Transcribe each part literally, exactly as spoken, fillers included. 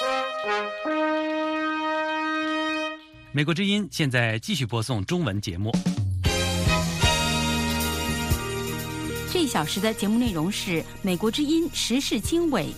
美国之音现在继续播送中文节目。 这一小时的节目内容是美国之音时事经纬。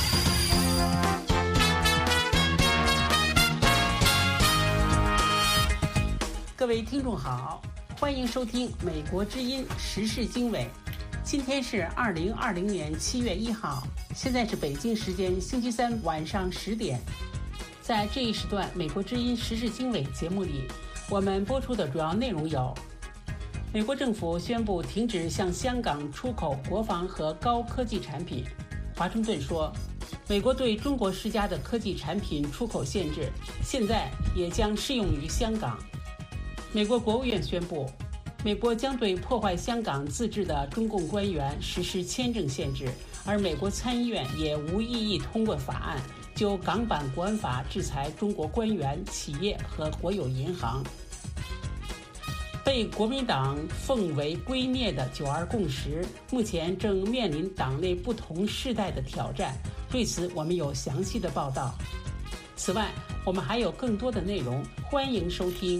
各位听众好，欢迎收听美国之音时事经纬。今天是二零二零年七月一号，现在是北京时间星期三晚上十点。在这一时段美国之音时事经纬节目里，我们播出的主要内容有：美国政府宣布停止向香港出口国防和高科技产品。华盛顿说，美国对中国施加的科技产品出口限制现在也将适用于香港。美国国务院宣布，美国将对破坏香港自治的中共官员实施签证限制，而美国参议院也无异议通过法案，就港版国安法制裁中国官员、企业和国有银行。被国民党奉为圭臬的九二共识，目前正面临党内不同世代的挑战。对此，我们有详细的报道。此外，我们还有更多的内容，欢迎收听。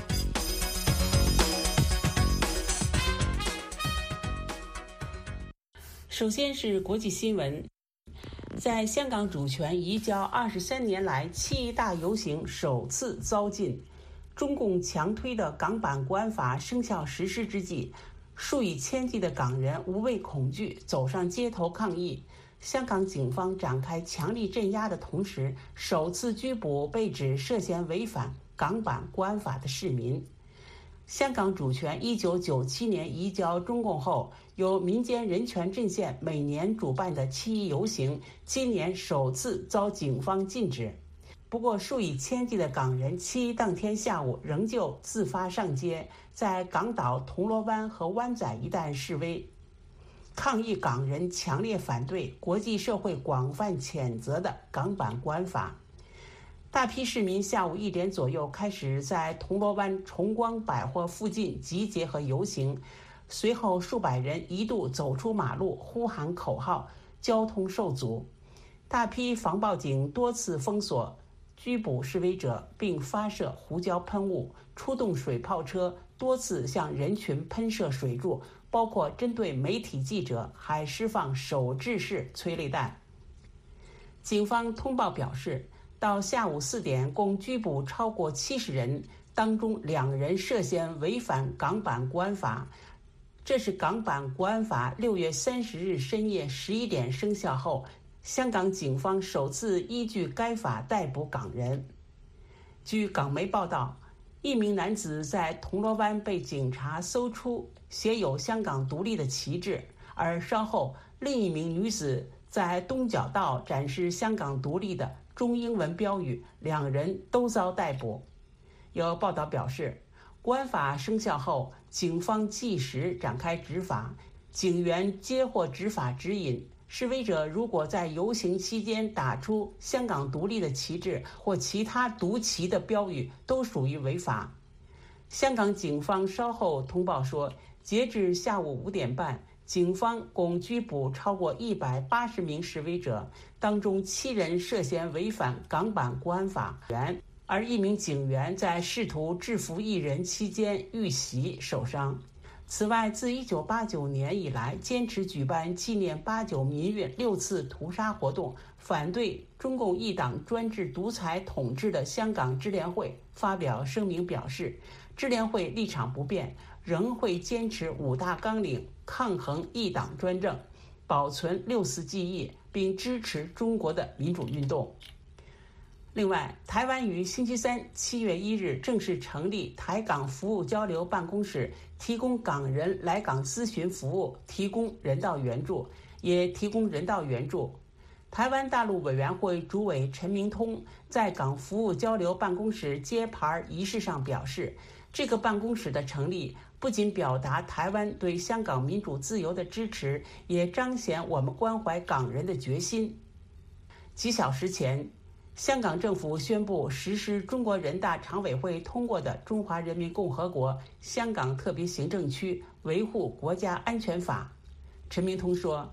首先是国际新闻。在香港主权移交二十三年来，七一大游行首次遭禁。中共强推的港版国安法生效实施之际，数以千计的港人无畏恐惧走上街头抗议。香港警方展开强力镇压的同时，首次拘捕被指涉嫌违反港版国安法的市民。香港主权一九九七年移交中共后，由民间人权阵线每年主办的七一游行，今年首次遭警方禁止。不过，数以千计的港人七一当天下午仍旧自发上街，在港岛、铜锣湾和湾仔一带示威，抗议港人强烈反对国际社会广泛谴责的港版国安法。大批市民下午一点左右开始在铜锣湾崇光百货附近集结和游行，随后数百人一度走出马路呼喊口号，交通受阻。大批防暴警多次封锁、拘捕示威者，并发射胡椒喷雾，出动水炮车多次向人群喷射水柱，包括针对媒体记者，还释放手制式催泪弹。警方通报表示，到下午四点，共拘捕超过七十人，当中两人涉嫌违反港版国安法。这是港版国安法六月三十日深夜十一点生效后，香港警方首次依据该法逮捕港人。据港媒报道，一名男子在铜锣湾被警察搜出写有香港独立的旗帜，而稍后另一名女子在东角道展示香港独立的中英文标语，两人都遭逮捕。有报道表示，国安法生效后，警方即时展开执法，警员接获执法指引，示威者如果在游行期间打出香港独立的旗帜或其他独旗的标语，都属于违法。香港警方稍后通报说，截至下午五点半，警方共拘捕超过一百八十名示威者，当中七人涉嫌违反港版国安法，而一名警员在试图制服一人期间遇袭受伤。此外，自一九八九年以来，坚持举办纪念八九民运六次屠杀活动，反对中共一党专制独裁统治的香港支联会发表声明表示，支联会立场不变，仍会坚持五大纲领，抗衡一党专政，保存六四记忆，并支持中国的民主运动。另外，台湾于星期三七月一日正式成立台港服务交流办公室，提供港人来港咨询服务，提供人道援助，也提供人道援助。台湾大陆委员会主委陈明通在港服务交流办公室揭牌仪式上表示，这个办公室的成立不仅表达台湾对香港民主自由的支持，也彰显我们关怀港人的决心。几小时前，香港政府宣布实施中国人大常委会通过的《中华人民共和国香港特别行政区维护国家安全法》。陈明通说，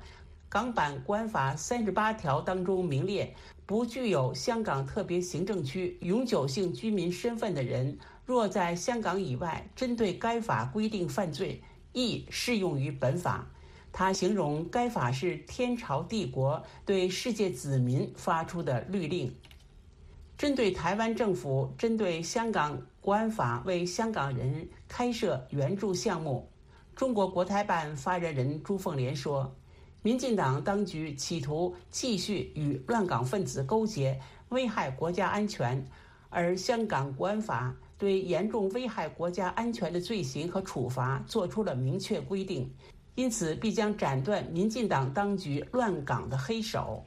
港版国安法三十八条当中明列，不具有香港特别行政区永久性居民身份的人，若在香港以外针对该法规定犯罪，亦适用于本法。他形容该法是天朝帝国对世界子民发出的律令。针对台湾政府针对香港国安法为香港人开设援助项目，中国国台办发言人朱凤莲说，民进党当局企图继续与乱港分子勾结，危害国家安全，而香港国安法对严重危害国家安全的罪行和处罚做出了明确规定，因此必将斩断民进党当局乱港的黑手。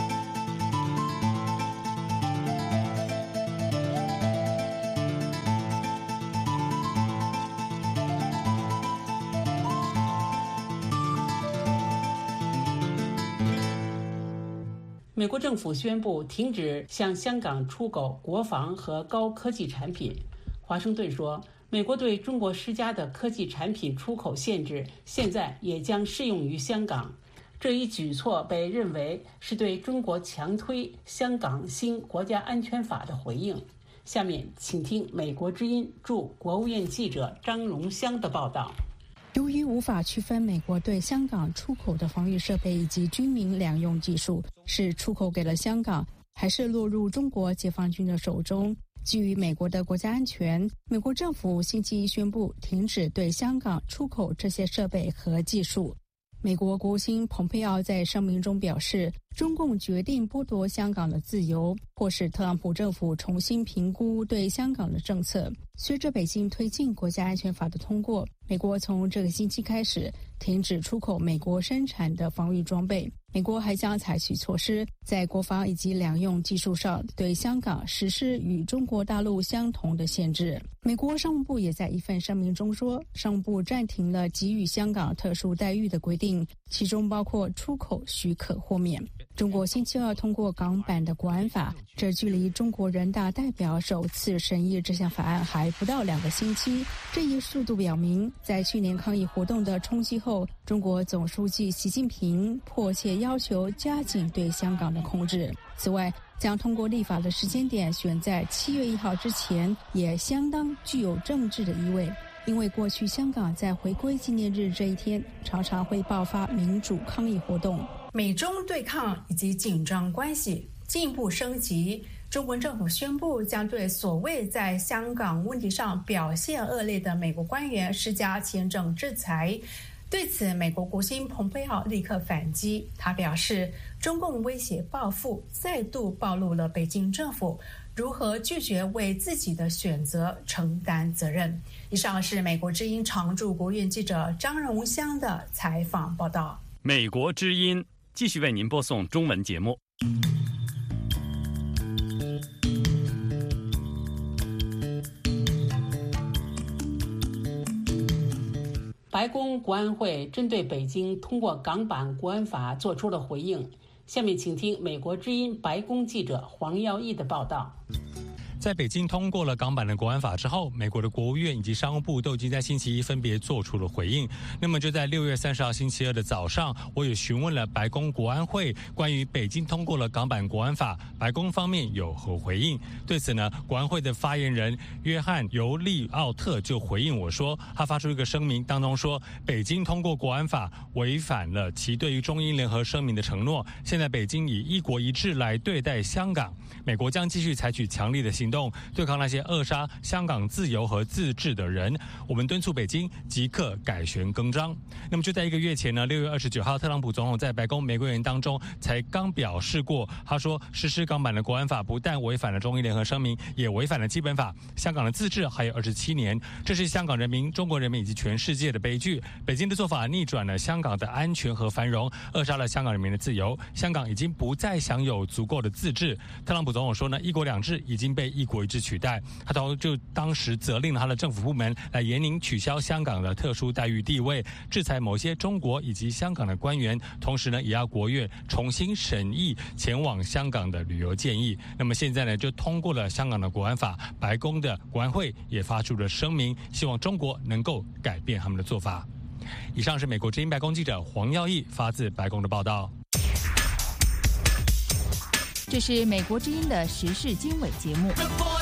美国政府宣布停止向香港出口国防和高科技产品。华盛顿说，美国对中国施加的科技产品出口限制现在也将适用于香港。这一举措被认为是对中国强推香港新国家安全法的回应。下面请听美国之音驻国务院记者张荣香的报道。 由于无法区分美国对香港出口的防御设备以及军民两用技术是出口给了香港，还是落入中国解放军的手中，基于美国的国家安全，美国政府星期一宣布停止对香港出口这些设备和技术。美国国务卿蓬佩奥在声明中表示，中共决定剥夺香港的自由，迫使特朗普政府重新评估对香港的政策。随着北京推进国家安全法的通过，美国从这个星期开始停止出口美国生产的防御装备。美国还将采取措施，在国防以及两用技术上对香港实施与中国大陆相同的限制。美国商务部也在一份声明中说，商务部暂停了给予香港特殊待遇的规定，其中包括出口许可豁免。中国星期二通过港版的国安法，这距离中国人大代表首次审议这项法案还不到两个星期。这一速度表明，在去年抗议活动的冲击后，中国总书记习近平迫切要求加紧对香港的控制。此外，将通过立法的时间点选在七月一号之前，也相当具有政治的意味。因为过去香港在回归纪念日这一天常常会爆发民主抗议活动，美中对抗以及紧张关系进一步升级。中国政府宣布将对所谓在香港问题上表现恶劣的美国官员施加签证制裁。对此，美国国务卿蓬佩奥立刻反击，他表示，中共威胁报复再度暴露了北京政府如何拒绝为自己的选择承担责任。以上是美国之音常驻国务院记者张荣香的采访报道。 美国之音继续为您播送中文节目。 白宫国安会针对北京通过港版国安法做出了回应。下面请听美国之音白宫记者黄耀义的报道。 在北京通过了港版的国安法之后，美国的国务院以及商务部都已经在星期一分别做出了回应。那么就在六月三十号星期二的早上，我也询问了白宫国安会关于北京通过了港版国安法，白宫方面有何回应。对此呢，国安会的发言人约翰尤利奥特就回应我说，他发出一个声明，当中说北京通过国安法违反了其对于中英联合声明的承诺，现在北京以一国一制来对待香港，美国将继续采取强力的行动对抗那些扼杀香港自由和自治的人。我们敦促北京即刻改弦更张。那么就在一个月前呢，六月二十九号，特朗普总统在白宫玫瑰园当中才刚表示过，他说实施港版的国安法不但违反了中英联合声明，也违反了基本法，香港的自治还有二十七年，这是香港人民、中国人民以及全世界的悲剧。北京的做法逆转了香港的安全和繁荣，扼杀了香港人民的自由，香港已经不再享有足够的自治。特朗普总统说呢，一国两制已经被一国一制取代，他就当时责令了他的政府部门来严令取消香港的特殊待遇地位，制裁某些中国以及香港的官员，同时呢也要国院重新审议前往香港的旅游建议。那么现在呢就通过了香港的国安法，白宫的国安会也发出了声明，希望中国能够改变他们的做法。 以上是美国之音白宫记者黄耀义发自白宫的报道。 这是美国之音的时事经纬节目。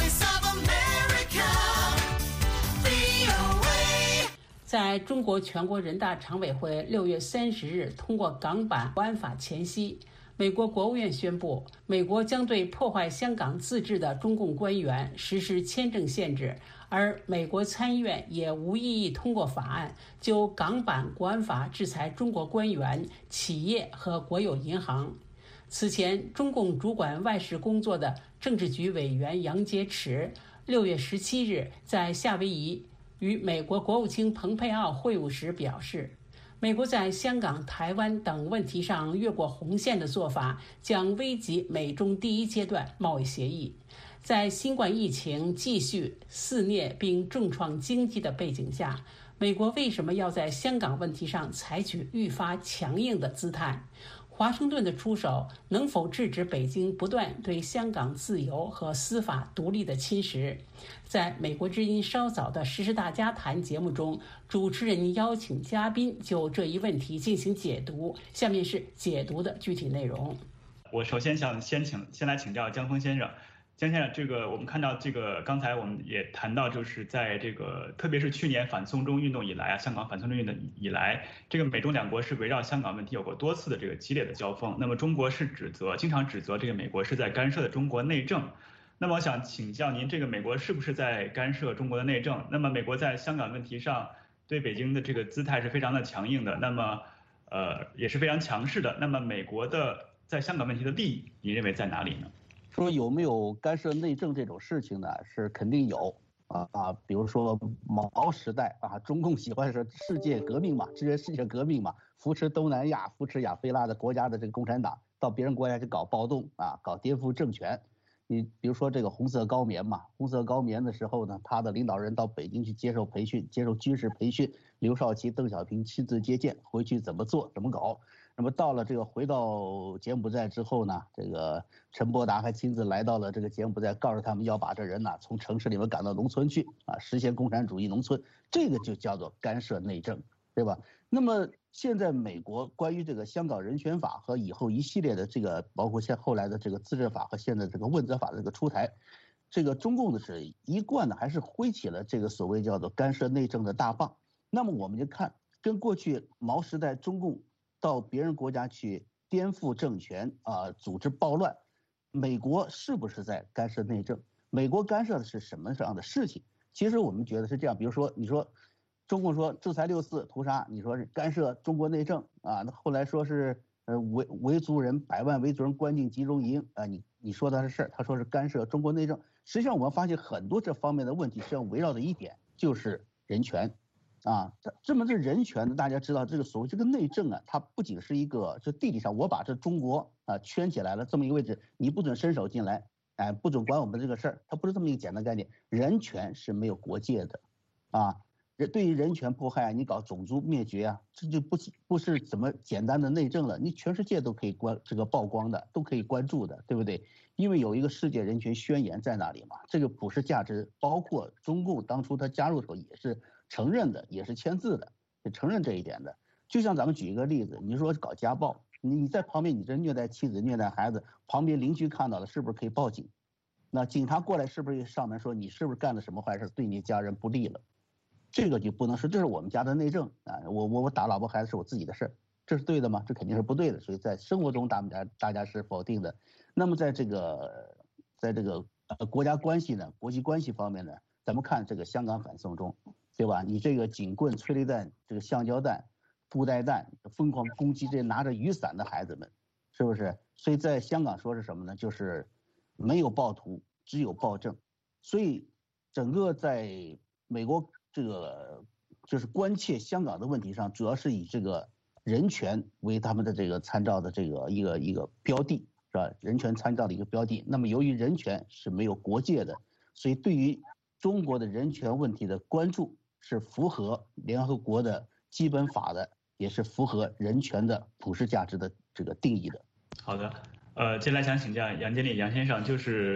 在中国全国人大常委会六月三十日通过港版国安法前夕，美国国务院宣布，美国将对破坏香港自治的中共官员实施签证限制，而美国参议院也无异议通过法案，就港版国安法制裁中国官员、企业和国有银行。此前，中共主管外事工作的政治局委员杨洁篪六月十七日在夏威夷与美国国务卿蓬佩奥会晤时表示，美国在香港、台湾等问题上越过红线的做法将危及美中第一阶段贸易协议。在新冠疫情继续肆虐并重创经济的背景下，美国为什么要在香港问题上采取愈发强硬的姿态？华盛顿的出手能否制止北京不断对香港自由和司法独立的侵蚀？在美国之音稍早的时事大家谈节目中，主持人邀请嘉宾就这一问题进行解读。下面是解读的具体内容。 我首先想先请先来请教江峰先生。江先生，这个我们看到这个刚才我们也谈到，就是在这个特别是去年反送中运动以来啊，香港反送中运动以来，这个美中两国是围绕香港问题有过多次的这个激烈的交锋。那么中国是指责，经常指责这个美国是在干涉的中国内政。那么我想请教您，这个美国是不是在干涉中国的内政？那么美国在香港问题上对北京的这个姿态是非常的强硬的，那么呃也是非常强势的。那么美国的在香港问题的利益，你认为在哪里呢？ 说有没有干涉内政这种事情呢？是肯定有啊啊，比如说毛时代啊，中共喜欢说世界革命嘛，支持世界革命嘛，扶持东南亚、扶持亚非拉的国家的这个共产党，到别人国家去搞暴动啊，搞颠覆政权。你比如说这个红色高棉嘛，红色高棉的时候呢，他的领导人到北京去接受培训，接受军事培训，刘少奇、邓小平亲自接见，回去怎么做怎么搞。那么到了这个回到柬埔寨之后呢，这个陈伯达还亲自来到了这个柬埔寨，告诉他们要把这人呢从城市里面赶到农村去啊，实现共产主义农村，这个就叫做干涉内政，对吧？那么现在美国关于这个香港人权法和以后一系列的这个，包括现后来的这个自治法和现在这个问责法的这个出台，这个中共的是一贯的还是挥起了这个所谓叫做干涉内政的大棒。那么我们就看跟过去毛时代中共到别人国家去颠覆政权啊、呃，组织暴乱，美国是不是在干涉内政？美国干涉的是什么样的事情？其实我们觉得是这样，比如说你说中共说制裁六四屠杀，你说是干涉中国内政啊，那后来说是呃维维族人百万维族人关进集中营啊，你你说的是事儿，他说是干涉中国内政。实际上我们发现很多这方面的问题，实际上围绕的一点就是人权。啊，这这么这人权呢？大家知道，这个所谓这个内政啊，它不仅是一个，就地理上我把这中国啊圈起来了这么一个位置，你不准伸手进来，哎，不准管我们这个事儿，它不是这么一个简单概念。人权是没有国界的，啊，人对于人权迫害，你搞种族灭绝啊，这就不不是怎么简单的内政了，你全世界都可以关这个曝光的，都可以关注的，对不对？因为有一个世界人权宣言在那里嘛，这个普世价值，包括中共当初他加入的时候也是承认的，也是签字的，也承认这一点的。就像咱们举一个例子，你说搞家暴，你在旁边你这虐待妻子、虐待孩子，旁边邻居看到了，是不是可以报警？那警察过来是不是上门说你是不是干了什么坏事，对你家人不利了？这个就不能说这是我们家的内政啊，我我我打老婆孩子是我自己的事儿，这是对的吗？这肯定是不对的。所以在生活中，大家大家是否定的。那么在这个在这个呃国家关系呢，国际关系方面呢，咱们看这个香港反送中，对吧？你这个警棍、催泪弹、这个橡胶弹、布袋弹，疯狂攻击这拿着雨伞的孩子们，是不是？所以在香港说是什么呢？就是没有暴徒，只有暴政。所以整个在美国这个就是关切香港的问题上，主要是以这个人权为他们的这个参照的这个一个一个标的，是吧？人权参照的一个标的。那么由于人权是没有国界的，所以对于中国的人权问题的关注是符合联合国的基本法的，也是符合人权的普世价值的这个定义的。 好的，呃，接下来想请教杨经理杨先生，就是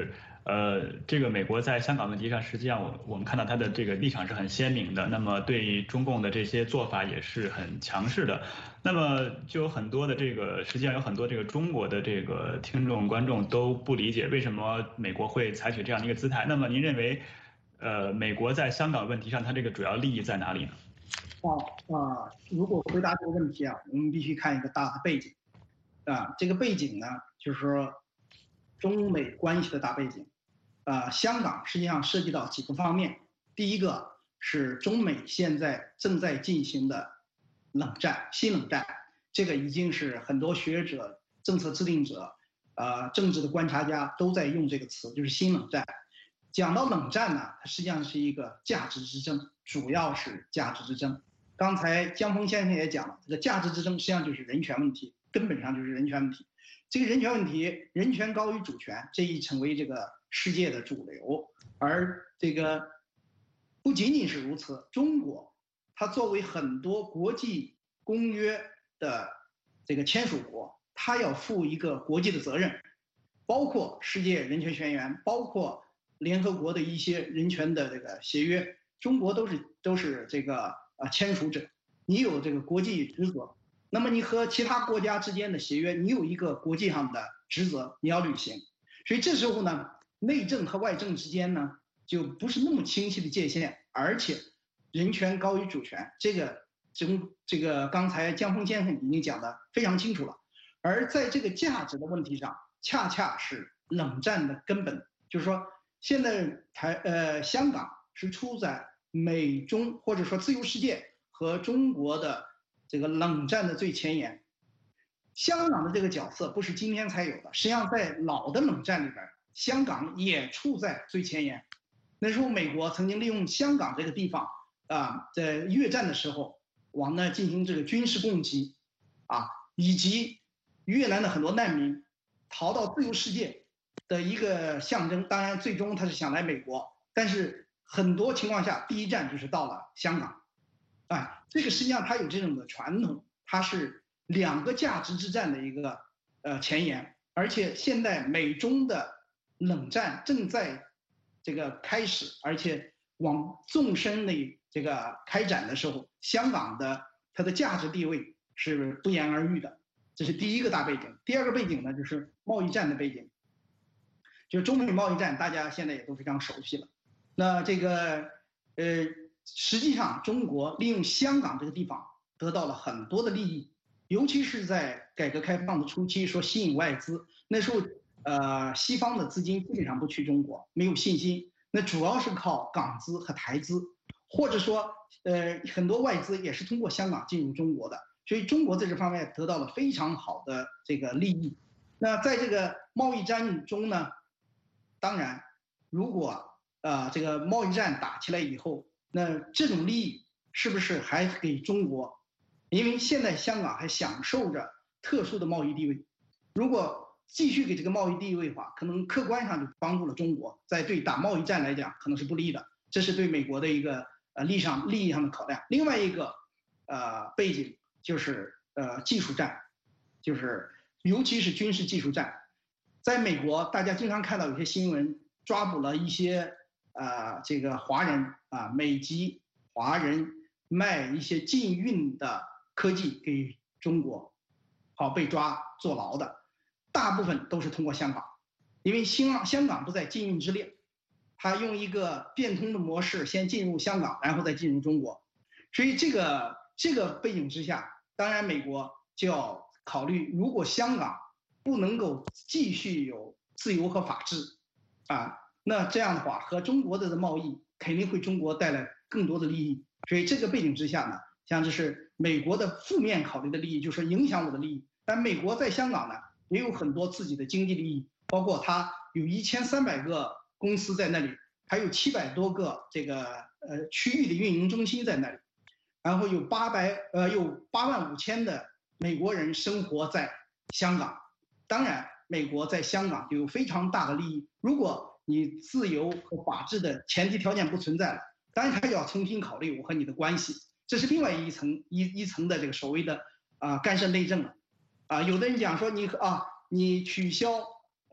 呃，这个美国在香港问题上，实际上我我们看到它的这个立场是很鲜明的，那么对中共的这些做法也是很强势的。那么就有很多的这个，实际上有很多这个中国的这个听众观众都不理解为什么美国会采取这样的一个姿态。那么您认为，呃，美国在香港问题上它这个主要利益在哪里呢？ 哦啊，如果回答这个问题啊，我们必须看一个大的背景啊，这个背景呢，就是说中美关系的大背景。呃，香港实际上涉及到几个方面。第一个是中美现在正在进行的冷战，新冷战，这个已经是很多学者、政策制定者、呃政治的观察家都在用这个词，就是新冷战。讲到冷战呢，它实际上是一个价值之争，主要是价值之争。刚才江峰先生也讲了，这个价值之争实际上就是人权问题，根本上就是人权问题。这个人权问题，人权高于主权，这一成为这个世界的主流。而这个不仅仅是如此，中国它作为很多国际公约的这个签署国，它要负一个国际的责任，包括世界人权宣言，包括联合国的一些人权的这个协约，中国都是都是这个呃签署者，你有这个国际职责。那么你和其他国家之间的协约，你有一个国际上的职责，你要履行。所以这时候呢，内政和外政之间呢，就不是那么清晰的界限，而且人权高于主权，这个这这个刚才江峰先生已经讲得非常清楚了。而在这个价值的问题上，恰恰是冷战的根本，就是说现在台呃香港是处在美中或者说自由世界和中国的这个冷战的最前沿。香港的这个角色不是今天才有的，实际上在老的冷战里边，香港也处在最前沿。那时候美国曾经利用香港这个地方啊，在越战的时候往那进行这个军事攻击啊，以及越南的很多难民逃到自由世界的一个象征。当然最终他是想来美国，但是很多情况下第一站就是到了香港。哎，这个实际上它有这种的传统，它是两个价值之战的一个呃前沿。而且现在美中的冷战正在这个开始，而且往纵深的这个开展的时候，香港的它的价值地位是不言而喻的，这是第一个大背景。第二个背景呢，就是贸易战的背景，就是中美贸易战，大家现在也都非常熟悉了。那这个呃。实际上，中国利用香港这个地方得到了很多的利益，尤其是在改革开放的初期，说吸引外资，那时候呃西方的资金基本上不去中国，没有信心，那主要是靠港资和台资，或者说呃很多外资也是通过香港进入中国的，所以中国在这方面得到了非常好的这个利益。那在这个贸易战中呢，当然如果呃这个贸易战打起来以后，那这种利益是不是还给中国？因为现在香港还享受着特殊的贸易地位，如果继续给这个贸易地位的话，可能客观上就帮助了中国，在对打贸易战来讲可能是不利的，这是对美国的一个呃利上利益上的考量。另外一个呃背景就是呃技术战，就是尤其是军事技术战，在美国大家经常看到有些新闻抓捕了一些。呃，这个华人啊，美籍华人卖一些禁运的科技给中国，好被抓坐牢的，大部分都是通过香港，因为香香港不在禁运之列，他用一个变通的模式先进入香港，然后再进入中国，所以这个这个背景之下，当然美国就要考虑，如果香港不能够继续有自由和法治，啊。那这样的话，和中国的贸易肯定会中国带来更多的利益，所以这个背景之下呢，像这是美国的负面考虑的利益，就是影响我的利益。但美国在香港呢，也有很多自己的经济利益，包括它有一千三百个公司在那里，还有七百多个这个呃区域的运营中心在那里，然后有八百呃有八万五千的美国人生活在香港。当然，美国在香港就有非常大的利益。如果你自由和法治的前提条件不存在了，当然他就要重新考虑我和你的关系，这是另外一层一一层的这个所谓的啊、呃、干涉内政了，啊、呃、有的人讲说你啊你取消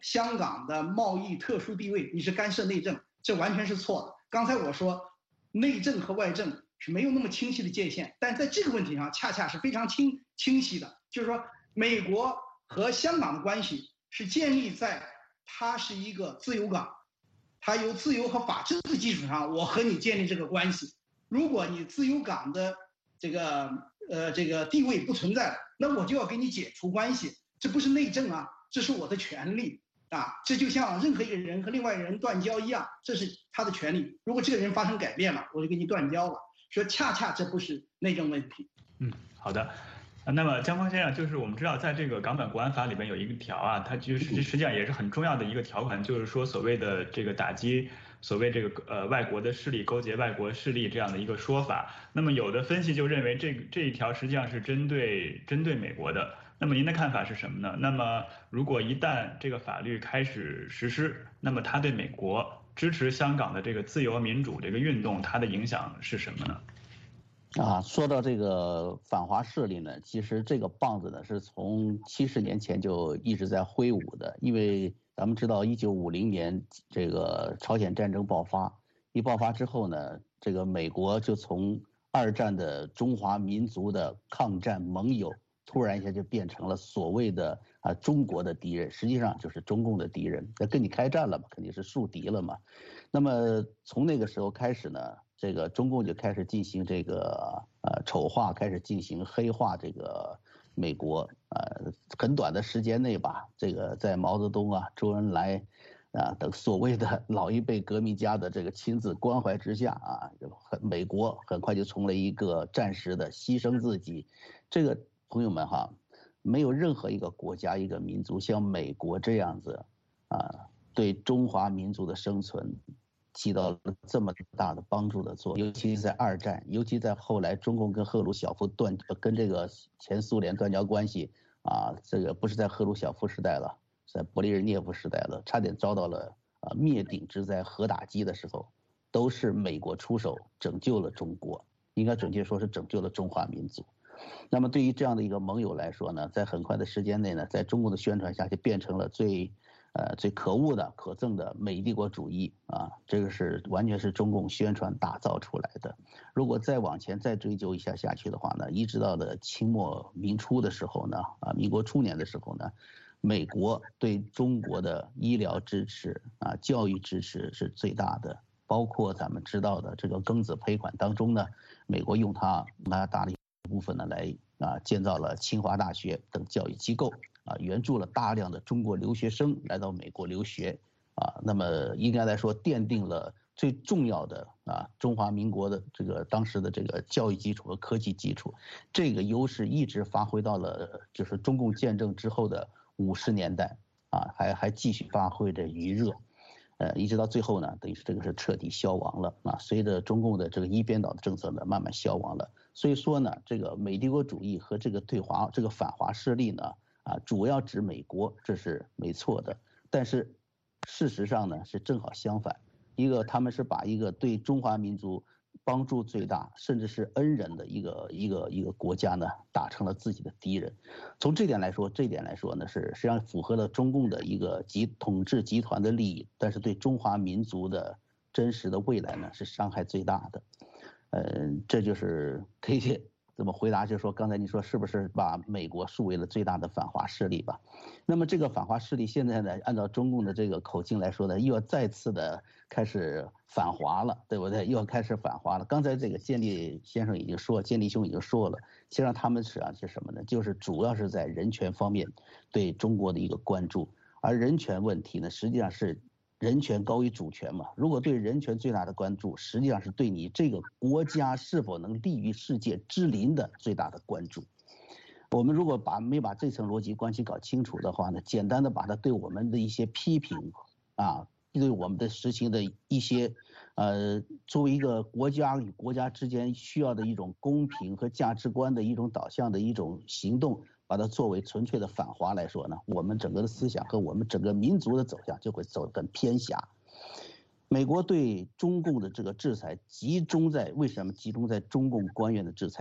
香港的贸易特殊地位，你是干涉内政，这完全是错的。刚才我说内政和外政是没有那么清晰的界限，但在这个问题上恰恰是非常清清晰的，就是说美国和香港的关系是建立在它是一个自由港，它由自由和法治的基础上，我和你建立这个关系。如果你自由港的这个呃这个地位不存在了，那我就要给你解除关系，这不是内政啊，这是我的权利啊，这就像任何一个人和另外一个人断交一样，这是他的权利。如果这个人发生改变了，我就给你断交了，说恰恰这不是内政问题。 嗯，好的。那么江峰先生，就是我们知道，在这个港版国安法里边有一个条啊，它就是实际上也是很重要的一个条款，就是说所谓的这个打击所谓这个呃外国的势力，勾结外国势力这样的一个说法。那么有的分析就认为这个这一条实际上是针对针对美国的。那么您的看法是什么呢？那么如果一旦这个法律开始实施，那么它对美国支持香港的这个自由民主这个运动，它的影响是什么呢？ 啊，说到这个反华势力呢，其实这个棒子呢是从七十年前就一直在挥舞的，因为咱们知道一九五零年这个朝鲜战争爆发，一爆发之后呢，这个美国就从二战的中华民族的抗战盟友，突然一下就变成了所谓的啊中国的敌人，实际上就是中共的敌人，那跟你开战了嘛，肯定是树敌了嘛。那么从那个时候开始呢，这个中共就开始进行这个呃丑化，开始进行黑化这个美国。呃，很短的时间内吧，这个在毛泽东啊、周恩来啊等所谓的老一辈革命家的这个亲自关怀之下啊，美国很快就从了一个暂时的牺牲自己。这个朋友们哈，没有任何一个国家、一个民族像美国这样子啊，对中华民族的生存起到了这么大的帮助的作用，尤其是在二战，尤其在后来中共跟赫鲁晓夫断跟这个前苏联断交关系啊，这个不是在赫鲁晓夫时代了，在勃列日涅夫时代了，差点遭到了啊灭顶之灾核打击的时候，都是美国出手拯救了中国，应该准确说是拯救了中华民族。那么对于这样的一个盟友来说呢，在很快的时间内呢，在中共的宣传下就变成了最呃，最可恶的、可憎的美帝国主义啊，这个是完全是中共宣传打造出来的。如果再往前再追究一下下去的话呢，一直到了清末民初的时候呢，啊，民国初年的时候呢，美国对中国的医疗支持啊、教育支持是最大的，包括咱们知道的这个庚子赔款当中呢，美国用它拿大的一部分呢来啊建造了清华大学等教育机构。啊，援助了大量的中国留学生来到美国留学，啊，那么应该来说奠定了最重要的啊中华民国的这个当时的这个教育基础和科技基础，这个优势一直发挥到了就是中共建政之后的五十年代，啊，还还继续发挥着余热，呃，一直到最后呢，等于是这个是彻底消亡了啊，随着中共的这个一边倒的政策呢，慢慢消亡了。所以说呢，这个美帝国主义和这个对华这个反华势力呢。啊，主要指美国，这是没错的。但是，事实上呢是正好相反，一个他们是把一个对中华民族帮助最大，甚至是恩人的一个一个一个国家呢，打成了自己的敌人。从这点来说，这点来说呢，是实际上符合了中共的一个集统治集团的利益，但是对中华民族的真实的未来呢，是伤害最大的。嗯，这就是可以。怎么回答？就是说，刚才你说是不是把美国树为了最大的反华势力吧？那么这个反华势力现在呢，按照中共的这个口径来说呢，又要再次的开始反华了，对不对？又要开始反华了。刚才这个建立先生已经说，建立兄已经说了，实际上他们实际上是什么呢？就是主要是在人权方面对中国的一个关注，而人权问题呢，实际上是。人权高于主权嘛？如果对人权最大的关注，实际上是对你这个国家是否能立于世界之林的最大的关注。我们如果把没把这层逻辑关系搞清楚的话呢，简单的把它对我们的一些批评啊，对我们的实行的一些，呃，作为一个国家与国家之间需要的一种公平和价值观的一种导向的一种行动。把它作为纯粹的反华来说呢，我们整个的思想和我们整个民族的走向就会走得更偏狭。美国对中共的这个制裁集中在为什么集中在中共官员的制裁？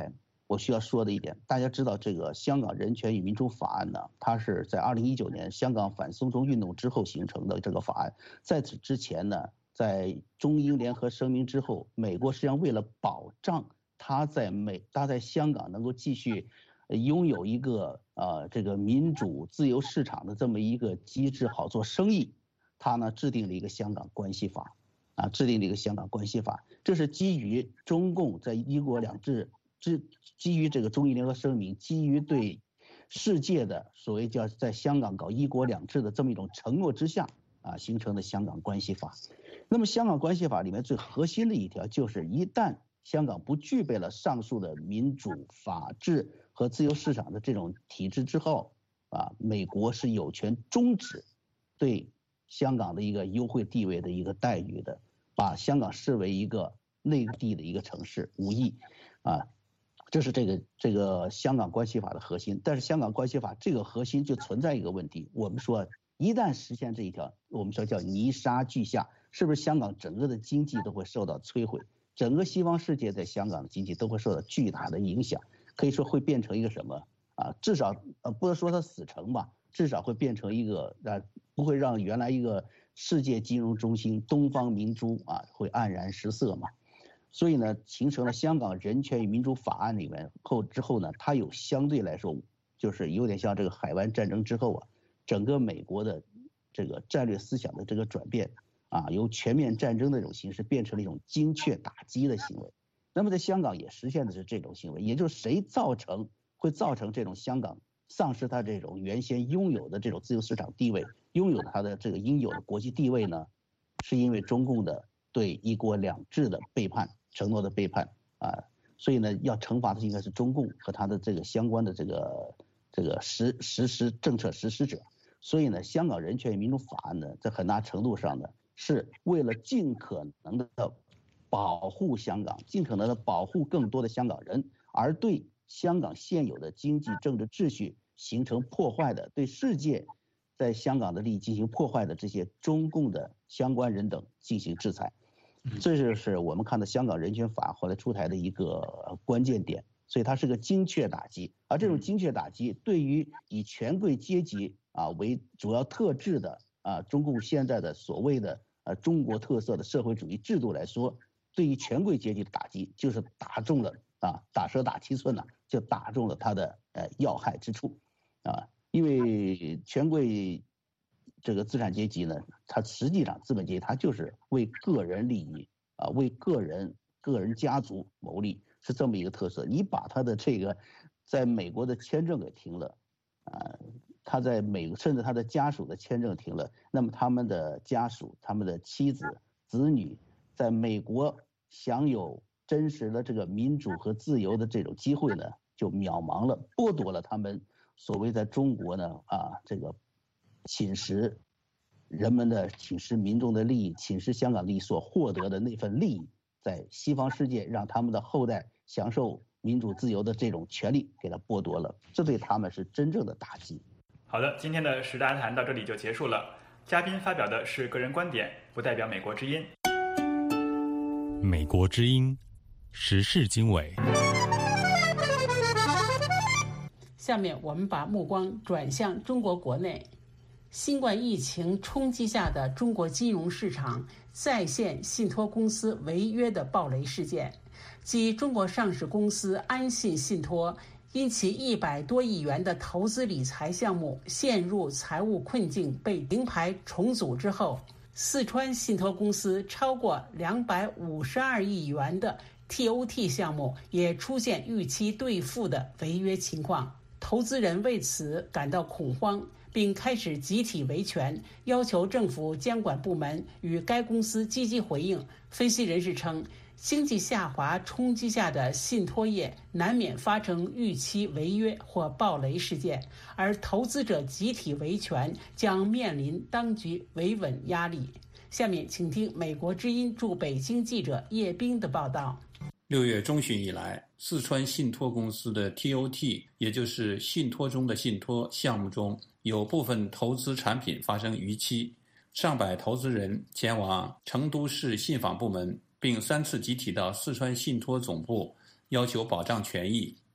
我需要说的一点，大家知道这个香港人权与民主法案呢，它是在二零一九年香港反送中运动之后形成的这个法案。在此之前呢，在中英联合声明之后，美国实际上为了保障它在美它在香港能够继续拥有一个呃这个民主自由市场的这么一个机制，好做生意，它呢制定了一个香港关系法，啊，制定了一个香港关系法，这是基于中共在一国两制。基基于这个中英联合声明，基于对世界的所谓叫在香港搞一国两制的这么一种承诺之下啊，形成的香港关系法。那么香港关系法里面最核心的一条就是，一旦香港不具备了上述的民主、法治和自由市场的这种体制之后啊，美国是有权终止对香港的一个优惠地位的一个待遇的，把香港视为一个内地的一个城市，无异啊。这是这个这个香港关系法的核心，但是香港关系法这个核心就存在一个问题，我们说一旦实现这一条，我们说叫泥沙俱下，是不是香港整个的经济都会受到摧毁，整个西方世界在香港的经济都会受到巨大的影响，可以说会变成一个什么啊？至少呃不能说它死城吧，至少会变成一个呃不会让原来一个世界金融中心东方明珠啊会黯然失色嘛。所以呢，形成了香港人权与民主法案里面后之后呢，它有相对来说就是有点像这个海湾战争之后啊，整个美国的这个战略思想的这个转变啊，由全面战争的这种形式变成了一种精确打击的行为。那么在香港也实现的是这种行为，也就是谁造成会造成这种香港丧失它这种原先拥有的这种自由市场地位，拥有它的这个应有的国际地位呢？是因为中共的对一国两制的背叛。承诺的背叛啊，所以呢，要惩罚的应该是中共和他的这个相关的这个这个实实施政策实施者。所以呢，香港人权与民主法案呢，在很大程度上呢，是为了尽可能的保护香港，尽可能的保护更多的香港人，而对香港现有的经济政治秩序形成破坏的，对世界在香港的利益进行破坏的这些中共的相关人等进行制裁。这就是我们看到香港人权法后来出台的一个关键点，所以它是个精确打击。而这种精确打击对于以权贵阶级啊为主要特质的啊中共现在的所谓的呃中国特色的社会主义制度来说，对于权贵阶级的打击就是打中了啊打蛇打七寸呐、啊，就打中了它的呃要害之处啊，因为权贵。这个资产阶级呢，它实际上资本阶级它就是为个人利益啊，为个人个人家族谋利，是这么一个特色。你把他的这个在美国的签证给停了，啊，他在美甚至他的家属的签证停了，那么他们的家属、他们的妻子、子女在美国享有真实的这个民主和自由的这种机会呢，就渺茫了，剥夺了他们所谓在中国呢啊这个。侵蚀人们的、侵蚀民众的利益、侵蚀香港利益所获得的那份利益，在西方世界让他们的后代享受民主自由的这种权利给他剥夺了，这对他们是真正的打击。 好的，今天的时大谈到这里就结束了。嘉宾发表的是个人观点，不代表美国之音。 美国之音，时事经纬。 下面我们把目光转向中国国内。新冠疫情冲击下的中国金融市场再现信托公司违约的暴雷事件，即中国上市公司安信信托因其一百多亿元的投资理财项目陷入财务困境被停牌重组之后，四川信托公司超过两百五十二亿元的 T O T 项目也出现逾期兑付的违约情况，投资人为此感到恐慌，并开始集体维权，要求政府监管部门与该公司积极回应。分析人士称，经济下滑冲击下的信托业难免发生逾期违约或暴雷事件，而投资者集体维权将面临当局维稳压力。下面请听美国之音驻北京记者叶冰的报道。 六月中旬以来，四川信托公司的 T O T， 也就是信托中的信托项目中，有部分投资产品发生逾期，上百投资人前往成都市信访部门，并三次集体到四川信托总部要求保障权益。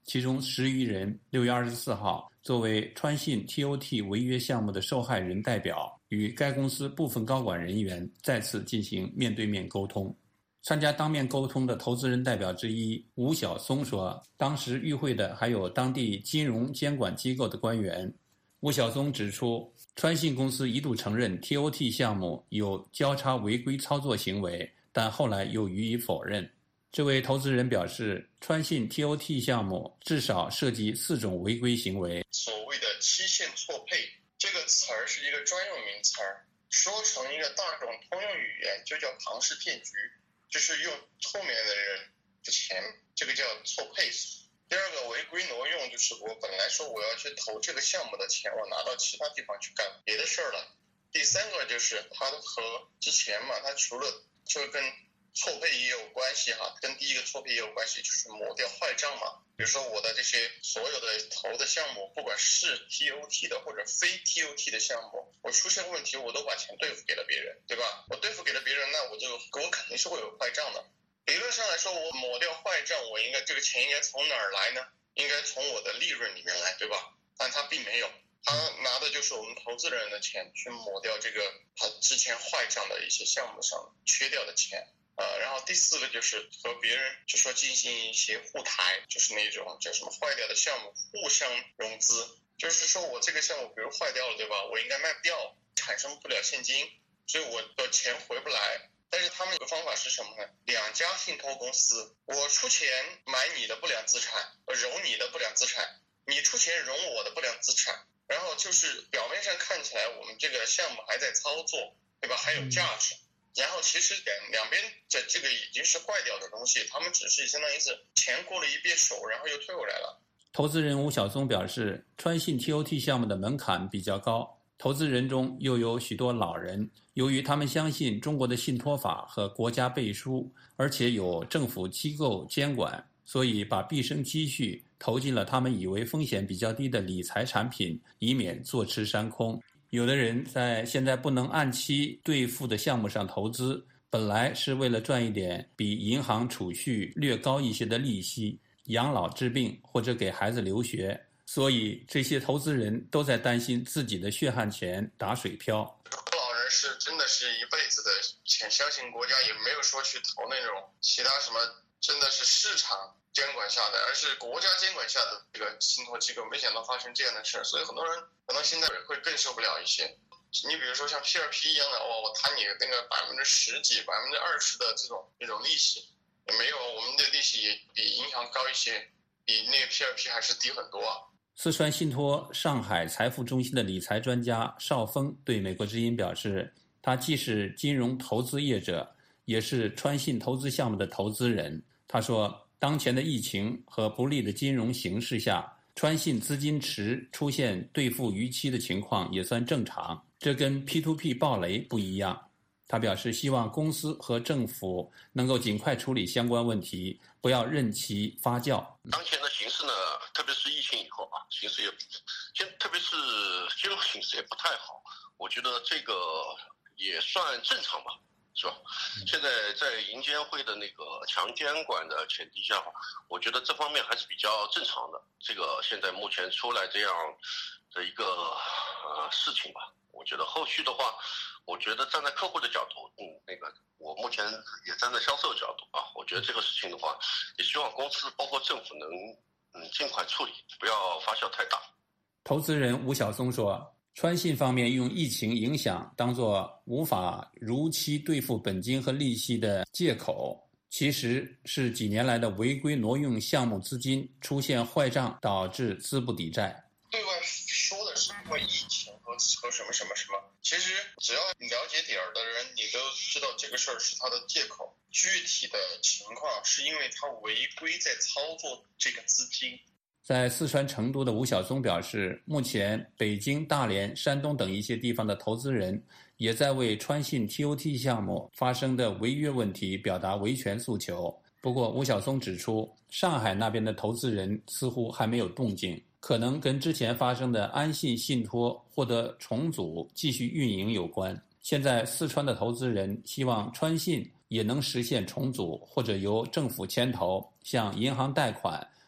其中十余人六月二十四号作为川信 T O T 违约项目的受害人代表，与该公司部分高管人员再次进行面对面沟通。参加当面沟通的投资人代表之一吴晓松说，当时与会的还有当地金融监管机构的官员。吴晓松指出，川信公司一度承认 T O T 项目有交叉违规操作行为，但后来又予以否认。这位投资人表示，川信 T O T 项目至少涉及四种违规行为。 所谓的期限错配这个词儿是一个专用名词儿，说成一个大众通用语言就叫庞氏骗局，就是用后面的人的钱，这个叫错配。第二个违规挪用，就是我本来说我要去投这个项目的钱，我拿到其他地方去干别的事儿了。第三个就是它和之前嘛，它除了就跟错配也有关系哈，跟第一个错配也有关系，就是抹掉坏账嘛。比如说我的这些所有的投的项目，不管是 T O T 的或者非 T O T 的项目，我出现问题我都把钱兑付给了别人，对吧？我兑付给了别人，那我就我肯定是会有坏账的。理论上来说，我抹掉坏账，我应该这个钱应该从哪儿来呢？应该从我的利润里面来，对吧？但他并没有，他拿的就是我们投资人的钱去抹掉这个他之前坏账的一些项目上缺掉的钱。呃，然后第四个就是和别人就说进行一些互抬，就是那种叫什么坏掉的项目互相融资，就是说我这个项目比如坏掉了，对吧？我应该卖不掉，产生不了现金，所以我的钱回不来。但是他们有个方法是什么呢？两家信托公司，我出钱买你的不良资产，融你的不良资产，你出钱融我的不良资产，然后就是表面上看起来我们这个项目还在操作，对吧？还有价值。然后其实两两边这这个已经是坏掉的东西，他们只是相当于是钱过了一遍手，然后又退回来了。 投资人吴晓松表示，川信 T O T 项目的门槛比较高，投资人中又有许多老人，由于他们相信中国的信托法和国家背书，而且有政府机构监管，所以把毕生积蓄投进了他们以为风险比较低的理财产品，以免坐吃山空。有的人在现在不能按期兑付的项目上投资，本来是为了赚一点比银行储蓄略高一些的利息，养老治病或者给孩子留学，所以这些投资人都在担心自己的血汗钱打水漂。 老人是真的是一辈子的钱，相信国家也没有说去投那种其他什么真的是市场监管下的，而是国家监管下的这个信托机构，没想到发生这样的事，所以很多人可能现在会更受不了一些。你比如说像 P 二 P 一样的，哦，我谈你那个百分之十几、百分之二十的这种这种利息，也没有，我们的利息也比银行高一些，比那个 P 二 P 还是低很多啊。 四川信托上海财富中心的理财专家邵峰对美国之音表示，他既是金融投资业者，也是川信投资项目的投资人。他说，当前的疫情和不利的金融形势下，川信资金池出现兑付逾期的情况也算正常，这跟 P to P 暴雷不一样。他表示希望公司和政府能够尽快处理相关问题，不要任其发酵。 当前的形势呢，特别是疫情以后啊，形势也，特别是金融形势也不太好，我觉得这个也算正常吧。是吧？现在在银监会的那个强监管的前提下，我觉得这方面还是比较正常的。这个现在目前出来这样的一个呃事情吧，我觉得后续的话，我觉得站在客户的角度，嗯，那个我目前也站在销售角度啊，我觉得这个事情的话，也希望公司包括政府能嗯尽快处理，不要发酵太大。 投资人吴晓松说，川信方面用疫情影响当作无法如期兑付本金和利息的借口，其实是几年来的违规挪用项目资金出现坏账，导致资不抵债。 对外说的是因为疫情和和什么什么什么，其实只要你了解点儿的人，你都知道这个事儿是他的借口。具体的情况是因为他违规在操作这个资金。 在四川成都的吴晓松表示，目前北京、大连、山东等一些地方的投资人也在为川信 T O T 项目发生的违约问题表达维权诉求。不过吴晓松指出，上海那边的投资人似乎还没有动静，可能跟之前发生的安信信托获得重组继续运营有关。现在四川的投资人希望川信也能实现重组，或者由政府牵头向银行贷款，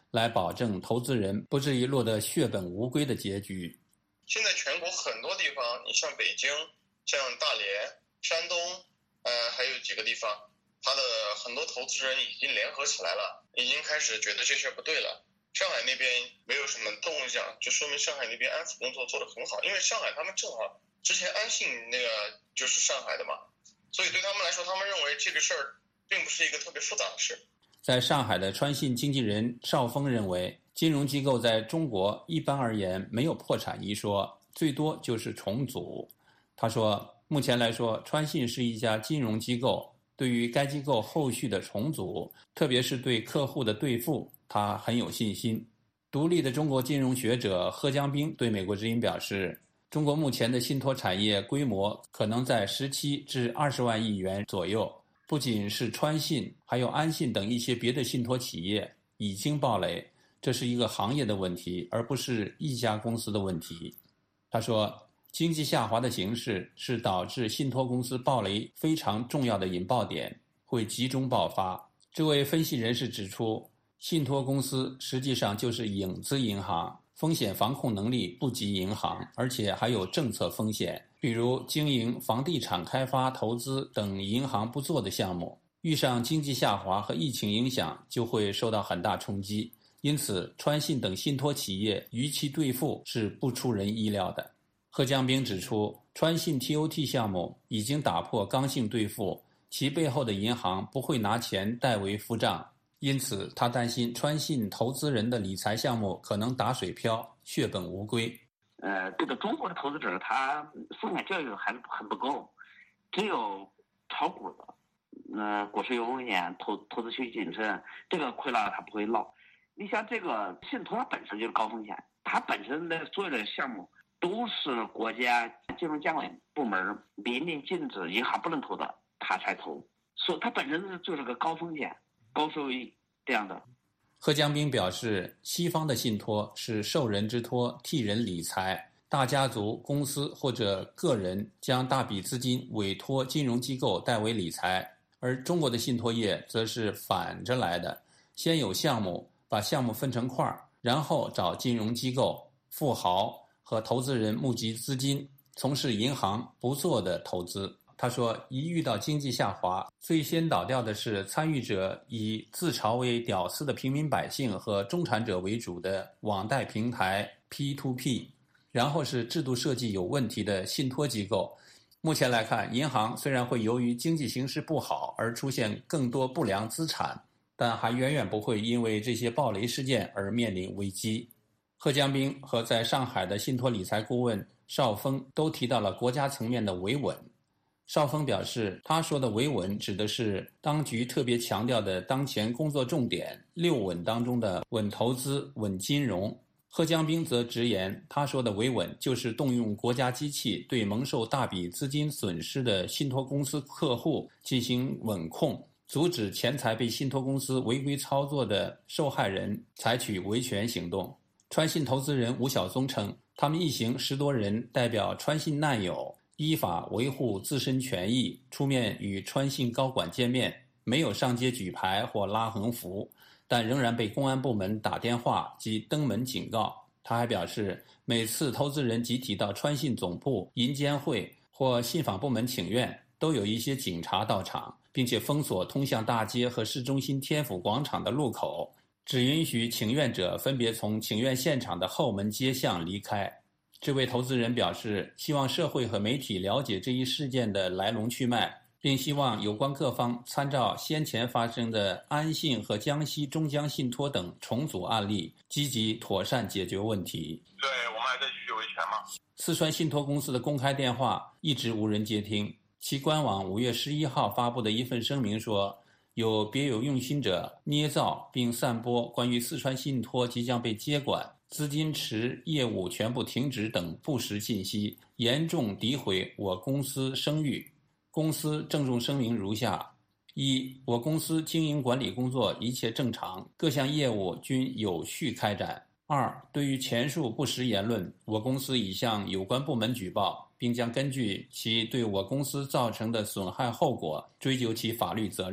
来保证投资人不至于落得血本无归的结局。 现在全国很多地方，你像北京、像大连、山东，呃，还有几个地方，他的很多投资人已经联合起来了，已经开始觉得这事不对了。上海那边没有什么动向，就说明上海那边安抚工作做得很好，因为上海他们正好之前安信那个就是上海的嘛，所以对他们来说，他们认为这个事儿并不是一个特别复杂的事。 在上海的川信经纪人邵峰认为，金融机构在中国一般而言没有破产一说，最多就是重组。他说，目前来说，川信是一家金融机构，对于该机构后续的重组，特别是对客户的兑付，他很有信心。独立的中国金融学者贺江兵对美国之音表示，中国目前的信托产业规模可能在十七至二十万亿元左右，不仅是川信，还有安信等一些别的信托企业已经暴雷，这是一个行业的问题，而不是一家公司的问题。他说，经济下滑的形势是导致信托公司暴雷非常重要的引爆点，会集中爆发。这位分析人士指出，信托公司实际上就是影子银行，风险防控能力不及银行，而且还有政策风险，比如经营房地产开发、投资等银行不做的项目，遇上经济下滑和疫情影响，就会受到很大冲击。因此，川信等信托企业逾期兑付是不出人意料的。贺江兵指出，川信 T O T 项目已经打破刚性兑付，其背后的银行不会拿钱代为付账，因此他担心川信投资人的理财项目可能打水漂，血本无归。 呃，这个中国的投资者他风险教育还是很不够，只有炒股的，呃，股市有风险，投投资需谨慎，这个亏了他不会落。你像这个信托它本身就是高风险，它本身的所有的项目都是国家金融监管部门明令禁止银行不能投的，他才投，所以它本身就是个高风险、高收益这样的。 贺江兵表示，西方的信托是受人之托，替人理财，大家族、公司或者个人将大笔资金委托金融机构代为理财，而中国的信托业则是反着来的，先有项目，把项目分成块，然后找金融机构、富豪和投资人募集资金，从事银行不做的投资。他说，一遇到经济下滑，最先倒掉的是参与者以自嘲为屌丝的平民百姓和中产者为主的网贷平台 P to P， 然后是制度设计有问题的信托机构。目前来看，银行虽然会由于经济形势不好而出现更多不良资产，但还远远不会因为这些暴雷事件而面临危机。贺江兵和在上海的信托理财顾问邵峰都提到了国家层面的维稳。邵峰表示，他说的维稳指的是当局特别强调的当前工作重点六稳当中的稳投资、稳金融。贺江兵则直言，他说的维稳就是动用国家机器对蒙受大笔资金损失的信托公司客户进行稳控，阻止钱财被信托公司违规操作的受害人采取维权行动。川信投资人吴晓松称，他们一行十多人代表川信难友，依法维护自身权益，出面与川信高管见面，没有上街举牌或拉横幅，但仍然被公安部门打电话及登门警告。他还表示，每次投资人集体到川信总部、银监会或信访部门请愿，都有一些警察到场，并且封锁通向大街和市中心天府广场的路口，只允许请愿者分别从请愿现场的后门街巷离开。这位投资人表示，希望社会和媒体了解这一事件的来龙去脉，并希望有关各方参照先前发生的安信和江西中江信托等重组案例，积极妥善解决问题。 对，我们还在继续维权嘛。 四川信托公司的公开电话一直无人接听，其官网五月十一号发布的一份声明说，有别有用心者捏造并散播关于四川信托即将被接管、资金池业务全部停止等不实信息，严重诋毁我公司声誉。公司郑重声明如下：一、我公司经营管理工作一切正常，各项业务均有序开展。二、对于前述不实言论，我公司已向有关部门举报，并将根据其对我公司造成的损害后果追究其法律责任。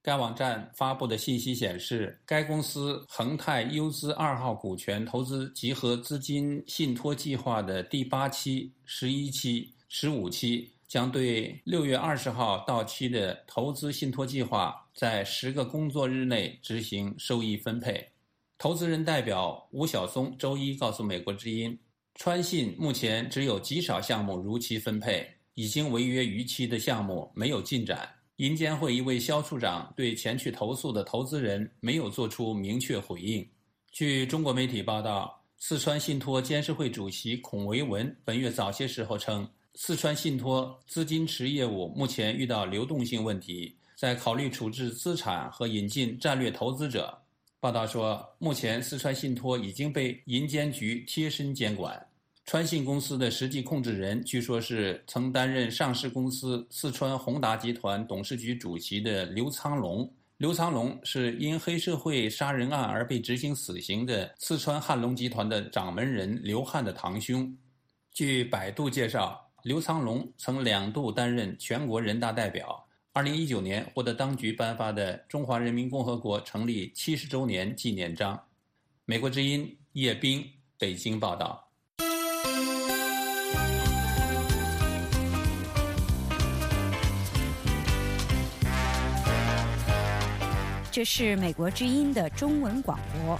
该网站发布的信息显示，该公司恒泰优资二号股权投资集合资金信托计划的第八期、十一期、十五期将对六月二十号到期的投资信托计划在十个工作日内执行收益分配。投资人代表吴晓松周一告诉美国之音，川信目前只有极少项目如期分配，已经违约逾期的项目没有进展。银监会一位肖处长对前去投诉的投资人没有做出明确回应。据中国媒体报道，四川信托监事会主席孔维文本月早些时候称，四川信托资金池业务目前遇到流动性问题，在考虑处置资产和引进战略投资者。报道说，目前四川信托已经被银监局贴身监管。川信公司的实际控制人据说是曾担任上市公司四川宏达集团董事局主席的刘苍龙。刘苍龙是因黑社会杀人案而被执行死刑的四川汉龙集团的掌门人刘汉的堂兄。据百度介绍，刘苍龙曾两度担任全国人大代表，二零一九年获得当局颁发的中华人民共和国成立七十周年纪念章。美国之音叶冰，北京报道。 这是美国之音的中文广播。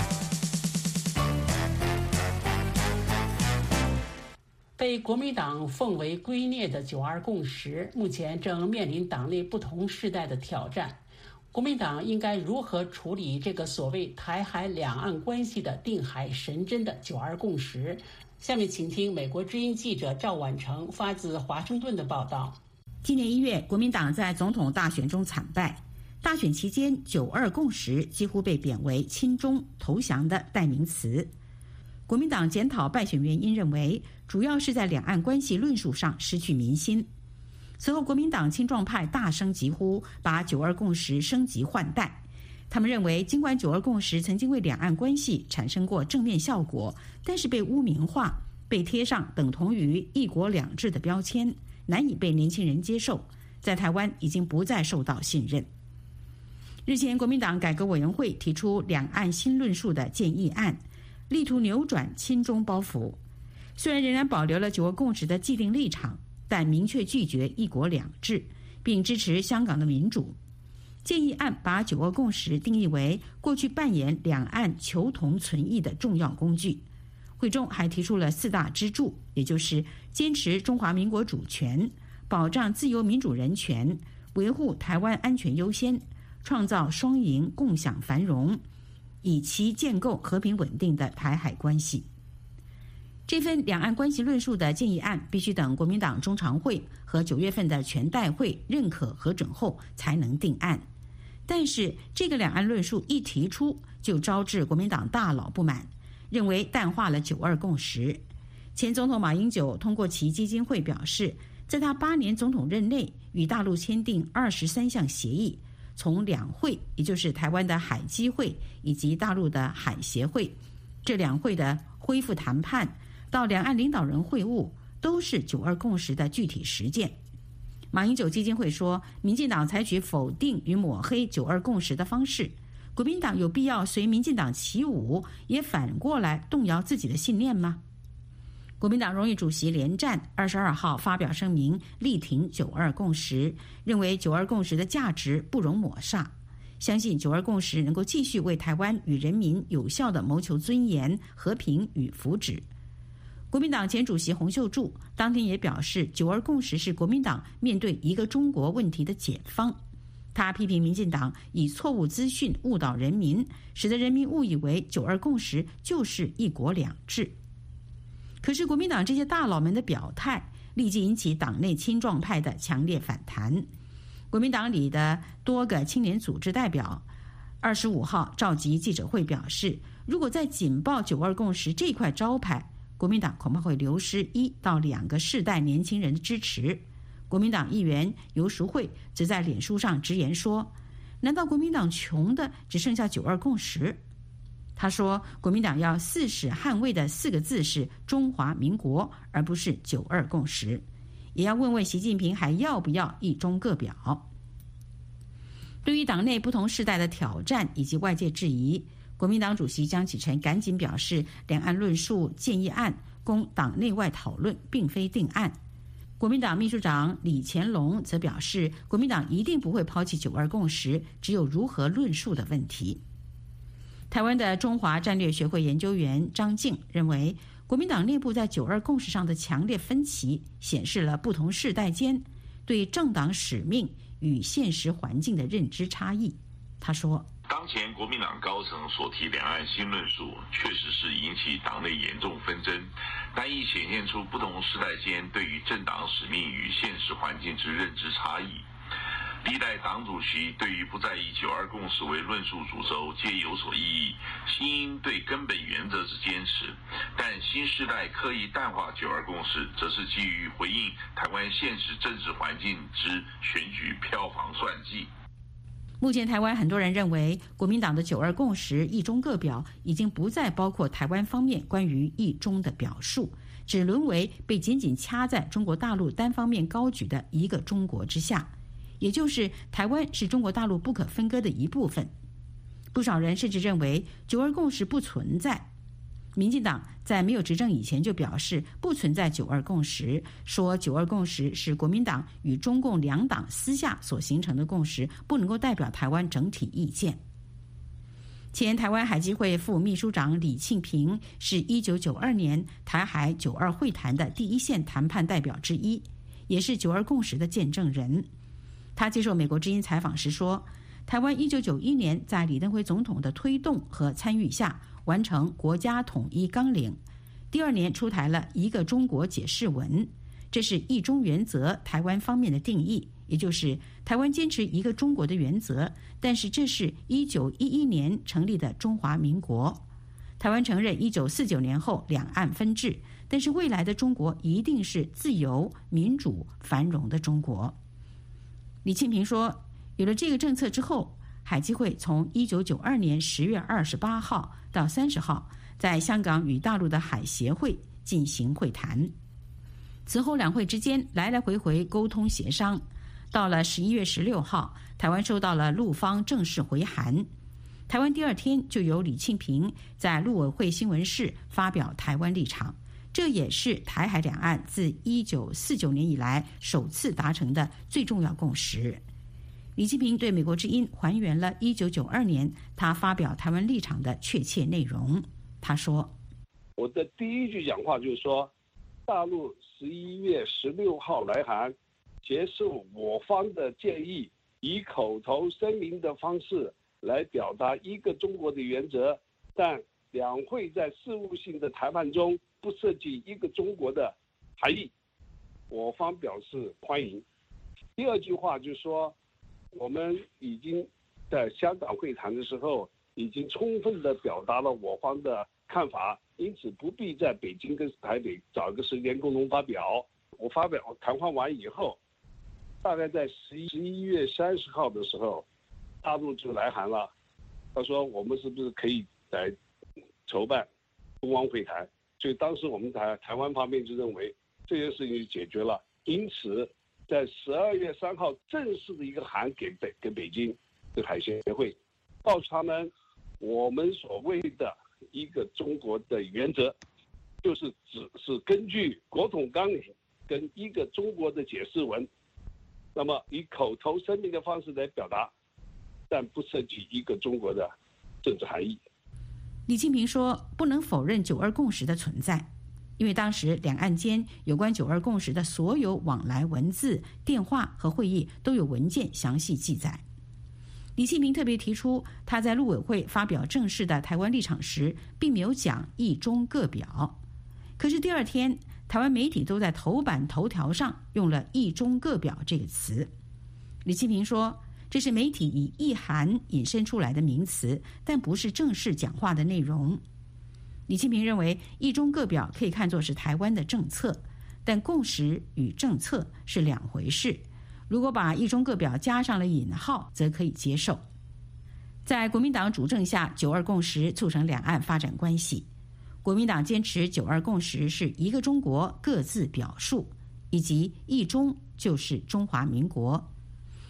被国民党奉为圭臬的九二共识，目前正面临党内不同世代的挑战。国民党应该如何处理这个所谓台海两岸关系的定海神针的九二共识？下面请听美国之音记者赵婉成发自华盛顿的报道。 今年一月，国民党在总统大选中惨败。大选期间，九二共识几乎被贬为亲中投降的代名词。国民党检讨败选原因，认为主要是在两岸关系论述上失去民心。此后，国民党青壮派大声疾呼，把九二共识升级换代。他们认为，尽管九二共识曾经为两岸关系产生过正面效果，但是被污名化，被贴上等同于一国两制的标签，难以被年轻人接受，在台湾已经不再受到信任。日前，国民党改革委员会提出两岸新论述的建议案，力图扭转亲中包袱。虽然仍然保留了九二共识的既定立场，但明确拒绝一国两制，并支持香港的民主。建议案把九二共识定义为过去扮演两岸求同存异的重要工具。会中还提出了四大支柱，也就是坚持中华民国主权、保障自由民主人权、维护台湾安全优先、创造双赢共享繁荣，以期建构和平稳定的台海关系。这份两岸关系论述的建议案必须等国民党中常会和九月份的全代会认可核准后才能定案。但是这个两岸论述一提出，就招致国民党大佬不满，认为淡化了九二共识。前总统马英九通过其基金会表示，在他八年总统任内与大陆签订二十三项协议，从两会，也就是台湾的海基会以及大陆的海协会，这两会的恢复谈判到两岸领导人会晤，都是九二共识的具体实践。马英九基金会说，民进党采取否定与抹黑九二共识的方式，国民党有必要随民进党起舞，也反过来动摇自己的信念吗？国民党荣誉主席连战二十二号发表声明，力挺九二共识，认为九二共识的价值不容抹煞，相信九二共识能够继续为台湾与人民有效地谋求尊严、和平与福祉。国民党前主席洪秀柱当天也表示，九二共识是国民党面对一个中国问题的解方。他批评民进党以错误资讯误导人民，使得人民误以为九二共识就是一国两制。可是国民党这些大佬们的表态立即引起党内青壮派的强烈反弹。国民党里的多个青年组织代表二十五号召集记者会表示，如果再紧抱九二共识这块招牌，国民党恐怕会流失一到两个世代年轻人的支持。国民党议员游淑慧则在脸书上直言说，难道国民党穷的只剩下九二共识？他说，国民党要誓死捍卫的四个字是中华民国，而不是九二共识。也要问问习近平还要不要一中各表。 对于党内不同世代的挑战以及外界质疑，国民党主席江启臣赶紧表示，两岸论述建议案供党内外讨论，并非定案。国民党秘书长李乾龙则表示，国民党一定不会抛弃九二共识，只有如何论述的问题。台湾的中华战略学会研究员张静认为，国民党内部在九二共识上的强烈分歧，显示了不同世代间对政党使命与现实环境的认知差异。他说， 当前国民党高层所提两岸新论述，确实是引起党内严重纷争，但亦显现出不同世代间对于政党使命与现实环境之认知差异。历代党主席对于不再以九二共识为论述主轴皆有所异议，新对根本原则之坚持，但新世代刻意淡化九二共识，则是基于回应台湾现实政治环境之选举票房算计。 目前台湾很多人认为，国民党的九二共识一中各表已经不再包括台湾方面关于一中的表述，只沦为被紧紧掐在中国大陆单方面高举的一个中国之下，也就是台湾是中国大陆不可分割的一部分。不少人甚至认为九二共识不存在。民进党在没有执政以前就表示不存在九二共识，说九二共识是国民党与中共两党私下所形成的共识，不能够代表台湾整体意见。前台湾海基会副秘书长李庆平是一九九二年台海九二会谈的第一线谈判代表之一，也是九二共识的见证人。他接受美国之音采访时说，台湾一九九一年在李登辉总统的推动和参与下完成国家统一纲领，第二年出台了一个中国解释文，这是一中原则台湾方面的定义，也就是台湾坚持一个中国的原则，但是这是一九一一年成立的中华民国。台湾承认一九四九年后两岸分治，但是未来的中国一定是自由、民主、繁荣的中国。李庆平说，有了这个政策之后，海基会从一九九二年十月二十八号到三十号在香港与大陆的海协会进行会谈，此后两会之间来来回回沟通协商，到了十一月十六号，台湾收到了陆方正式回函，台湾第二天就由李庆平在陆委会新闻室发表台湾立场，这也是台海两岸自一九四九年以来首次达成的最重要共识。李庆平对美国之音还原了一九九二年他发表台湾立场的确切内容。他说， 我的第一句讲话就是说，大陆十一月十六号来函，接受我方的建议，以口头声明的方式来表达一个中国的原则，但两会在事务性的谈判中不涉及一个中国的含义，我方表示欢迎。第二句话就是说，我们已经在香港会谈的时候已经充分地表达了我方的看法，因此不必在北京跟台北找一个时间共同发表。我发表谈话完以后，大概在十一月三十号的时候，大陆就来函了，他说我们是不是可以来筹办中汪会谈，所以当时我们台台湾方面就认为这件事情就解决了，因此在十二月三号正式的一个函给北给北京的海协会，告诉他们我们所谓的一个中国的原则，就是只是根据国统纲领跟一个中国的解释文，那么以口头声明的方式来表达，但不涉及一个中国的政治含义。 李庆平说，不能否认九二共识的存在，因为当时两岸间有关九二共识的所有往来文字、电话和会议都有文件详细记载。李庆平特别提出，他在陆委会发表正式的台湾立场时，并没有讲一中各表，可是第二天台湾媒体都在头版头条上用了一中各表这个词。李庆平说，这是媒体以意涵引申出来的名词，但不是正式讲话的内容。李庆平认为，一中各表可以看作是台湾的政策，但共识与政策是两回事。如果把一中各表加上了引号，则可以接受。在国民党主政下，九二共识促成两岸发展关系。国民党坚持九二共识是一个中国各自表述，以及一中就是中华民国。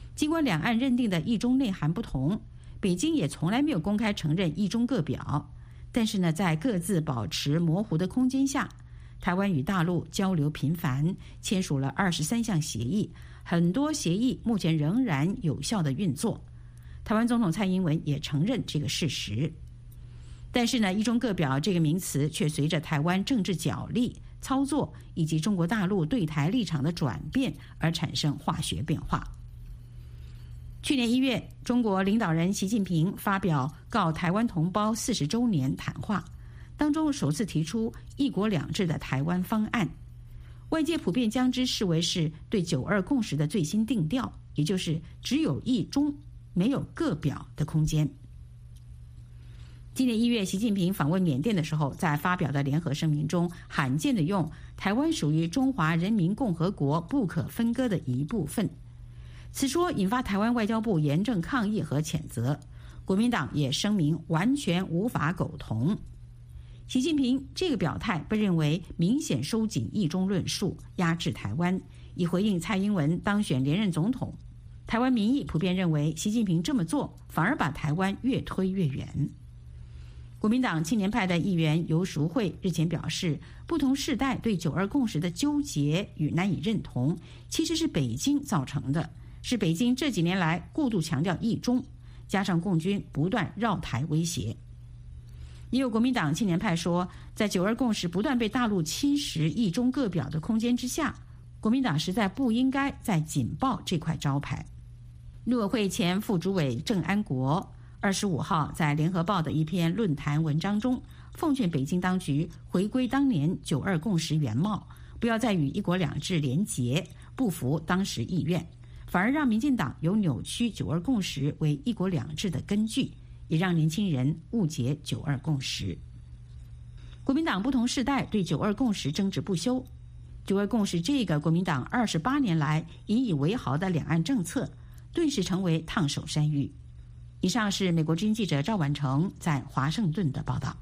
尽管两岸认定的一中内涵不同，北京也从来没有公开承认一中各表，但是呢，在各自保持模糊的空间下，台湾与大陆交流频繁，签署了二十三项协议，很多协议目前仍然有效的运作。台湾总统蔡英文也承认这个事实。但是呢，一中各表这个名词却随着台湾政治角力、操作以及中国大陆对台立场的转变而产生化学变化。去年一月，中国领导人习近平发表告台湾同胞四十周年谈话，当中首次提出一国两制的台湾方案，外界普遍将之视为是对九二共识的最新定调，也就是只有一中，没有各表的空间。今年一月，习近平访问缅甸的时候，在发表的联合声明中，罕见地用“台湾属于中华人民共和国不可分割的一部分”。此说引发台湾外交部严正抗议和谴责，国民党也声明完全无法苟同。习近平这个表态被认为明显收紧一中论述，压制台湾，以回应蔡英文当选连任总统。台湾民意普遍认为，习近平这么做反而把台湾越推越远。国民党青年派的议员游淑慧日前表示，不同世代对九二共识的纠结与难以认同，其实是北京造成的，是北京这几年来过度强调一中，加上共军不断绕台威胁。也有国民党青年派说，在九二共识不断被大陆侵蚀一中各表的空间之下，国民党实在不应该再紧抱这块招牌。陆委会前副主委郑安国二十五号在联合报的一篇论坛文章中，奉劝北京当局回归当年九二共识原貌，不要再与一国两制连结，不服当时意愿，反而让民进党有扭曲九二共识为一国两制的根据，也让年轻人误解九二共识。国民党不同世代对九二共识争执不休，九二共识这个国民党二十八年来引以为豪的两岸政策，顿时成为烫手山芋。以上是美国之音记者赵婉成在华盛顿的报道。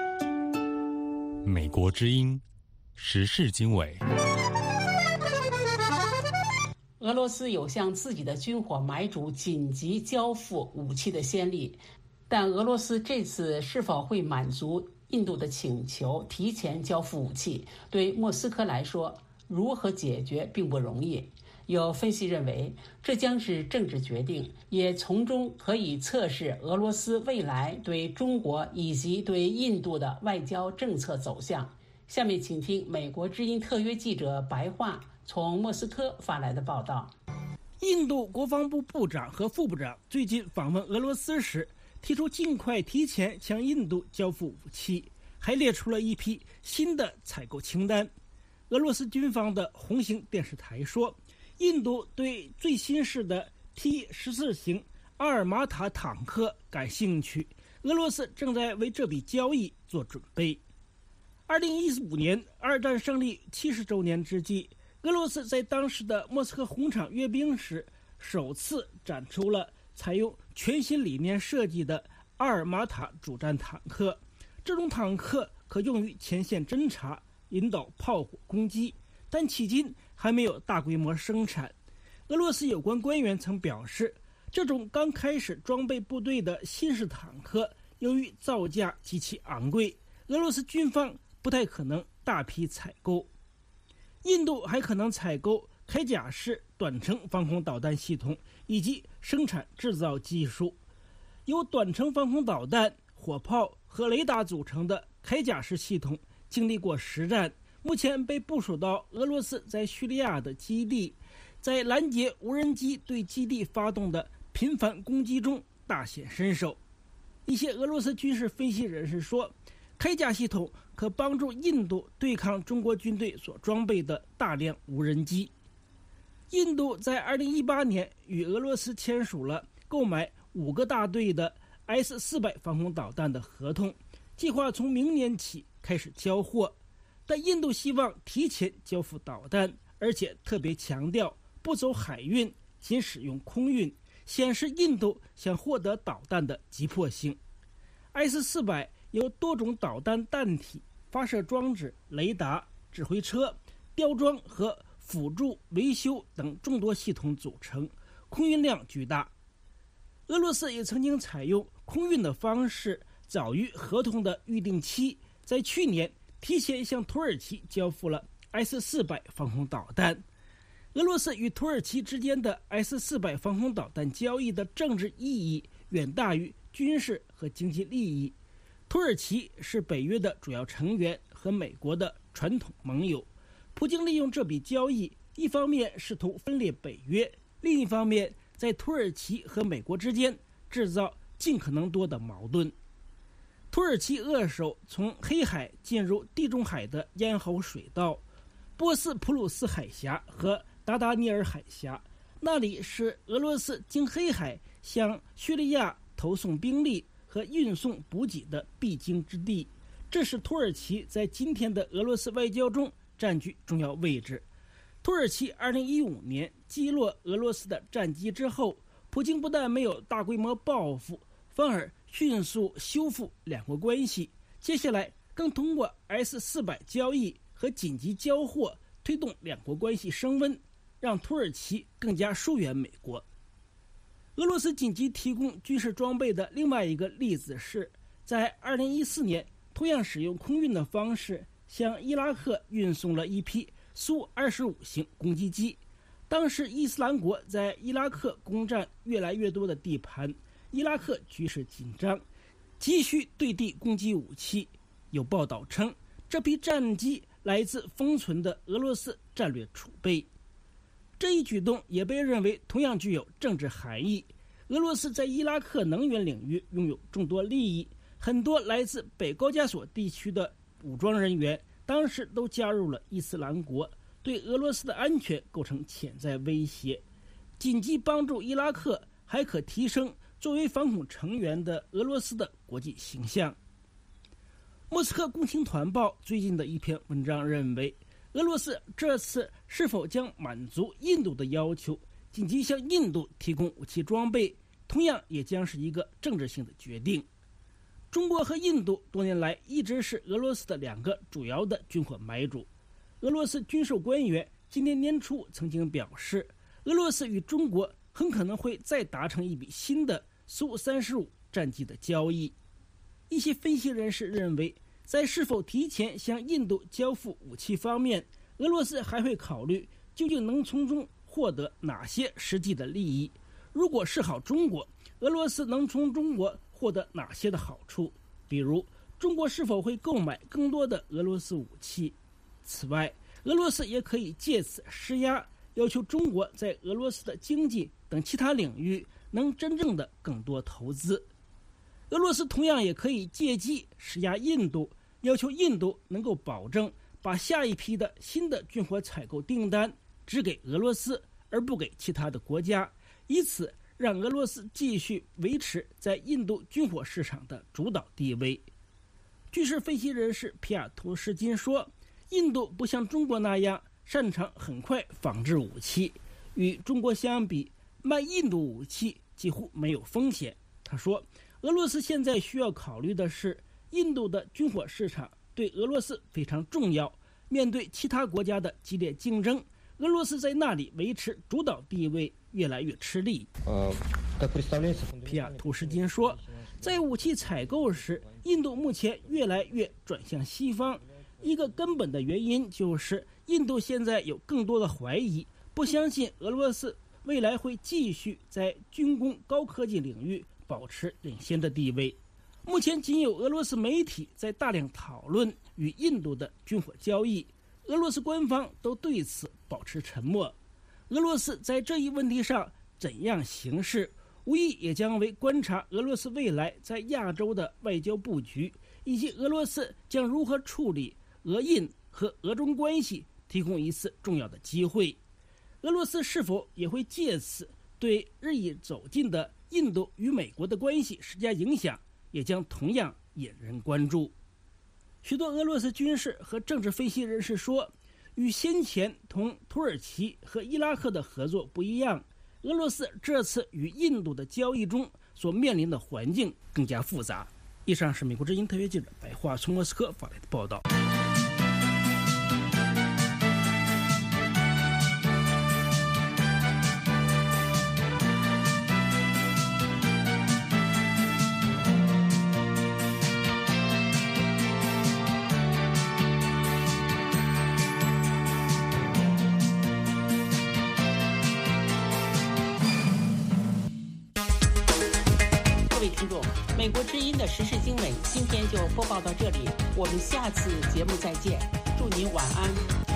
美国之音时事经纬。 俄罗斯有向自己的军火买主紧急交付武器的先例，但俄罗斯这次是否会满足印度的请求提前交付武器，对莫斯科来说如何解决并不容易。有分析认为，这将是政治决定，也从中可以测试俄罗斯未来对中国以及对印度的外交政策走向。下面请听美国之音特约记者白桦从莫斯科发来的报道。 印度国防部部长和副部长最近访问俄罗斯时，提出尽快提前向印度交付武器，还列出了一批新的采购清单。俄罗斯军方的红星电视台说，印度对最新式的 T 十四 型阿尔马塔坦克感兴趣，俄罗斯正在为这笔交易做准备。二零一五年二战胜利七十周年之际，俄罗斯在当时的莫斯科红场阅兵时，首次展出了采用全新理念设计的阿尔马塔主战坦克。这种坦克可用于前线侦察、引导炮火攻击，但迄今还没有大规模生产。俄罗斯有关官员曾表示，这种刚开始装备部队的新式坦克，由于造价极其昂贵，俄罗斯军方不太可能大批采购。印度还可能采购铠甲式短程防空导弹系统以及生产制造技术。由短程防空导弹、火炮和雷达组成的铠甲式系统经历过实战，目前被部署到俄罗斯在叙利亚的基地，在拦截无人机对基地发动的频繁攻击中大显身手。一些俄罗斯军事分析人士说，铠甲系统可帮助印度对抗中国军队所装备的大量无人机。印度在二零一八年与俄罗斯签署了购买五个大队的 S 四百 防空导弹的合同，计划从明年起开始交货。但印度希望提前交付导弹，而且特别强调不走海运，仅使用空运，显示印度想获得导弹的急迫性。S 四百 由多种导弹弹体、发射装置、雷达、指挥车、吊装和辅助维修等众多系统组成， 空运量巨大。俄罗斯也曾经采用空运的方式，早于合同的预定期，在去年提前向土耳其交付了 S 四百 防空导弹。俄罗斯与土耳其之间的 S 四百 防空导弹交易的政治意义远大于军事和经济利益。土耳其是北约的主要成员和美国的传统盟友，普京利用这笔交易，一方面试图分裂北约，另一方面在土耳其和美国之间制造尽可能多的矛盾。土耳其扼守从黑海进入地中海的咽喉水道，波斯普鲁斯海峡和达达尼尔海峡，那里是俄罗斯经黑海向叙利亚投送兵力和运送补给的必经之地，这使土耳其在今天的俄罗斯外交中占据重要位置。土耳其二零一五年击落俄罗斯的战机之后，普京不但没有大规模报复，反而迅速修复两国关系。接下来更通过 S 四百 交易和紧急交货，推动两国关系升温，让土耳其更加疏远美国。俄罗斯紧急提供军事装备的另外一个例子是，在二零一四年同样使用空运的方式向伊拉克运送了一批苏二十五型攻击机。当时伊斯兰国在伊拉克攻占越来越多的地盘，伊拉克局势紧张，急需对地攻击武器。有报道称，这批战机来自封存的俄罗斯战略储备。这一举动也被认为同样具有政治含义。俄罗斯在伊拉克能源领域拥有众多利益，很多来自北高加索地区的武装人员当时都加入了伊斯兰国，对俄罗斯的安全构成潜在威胁。紧急帮助伊拉克还可提升作为反恐成员的俄罗斯的国际形象。莫斯科共青团报最近的一篇文章认为，俄罗斯这次是否将满足印度的要求，紧急向印度提供武器装备，同样也将是一个政治性的决定。中国和印度多年来一直是俄罗斯的两个主要的军火买主。俄罗斯军售官员今年年初曾经表示，俄罗斯与中国很可能会再达成一笔新的苏三十五战机的交易。一些分析人士认为，在是否提前向印度交付武器方面，俄罗斯还会考虑究竟能从中获得哪些实际的利益。如果示好中国，俄罗斯能从中国获得哪些的好处？比如，中国是否会购买更多的俄罗斯武器？此外，俄罗斯也可以借此施压，要求中国在俄罗斯的经济等其他领域能真正的更多投资。俄罗斯同样也可以借机施压印度，要求印度能够保证把下一批的新的军火采购订单只给俄罗斯，而不给其他的国家，以此让俄罗斯继续维持在印度军火市场的主导地位。军事分析人士皮亚图什金说，印度不像中国那样擅长很快仿制武器，与中国相比，卖印度武器几乎没有风险。他说，俄罗斯现在需要考虑的是，印度的军火市场对俄罗斯非常重要，面对其他国家的激烈竞争，俄罗斯在那里维持主导地位越来越吃力。皮亚图什金说，在武器采购时，印度目前越来越转向西方，一个根本的原因就是印度现在有更多的怀疑，不相信俄罗斯未来会继续在军工高科技领域保持领先的地位。目前仅有俄罗斯媒体在大量讨论与印度的军火交易，俄罗斯官方都对此保持沉默。俄罗斯在这一问题上怎样行事，无疑也将为观察俄罗斯未来在亚洲的外交布局，以及俄罗斯将如何处理俄印和俄中关系提供一次重要的机会。俄罗斯是否也会借此对日益走近的印度与美国的关系施加影响，也将同样引人关注。许多俄罗斯军事和政治分析人士说，与先前同土耳其和伊拉克的合作不一样，俄罗斯这次与印度的交易中所面临的环境更加复杂。以上是美国之音特约记者白桦从莫斯科发来的报道。 美国之音的时事经纬今天就播报到这里，我们下次节目再见，祝您晚安。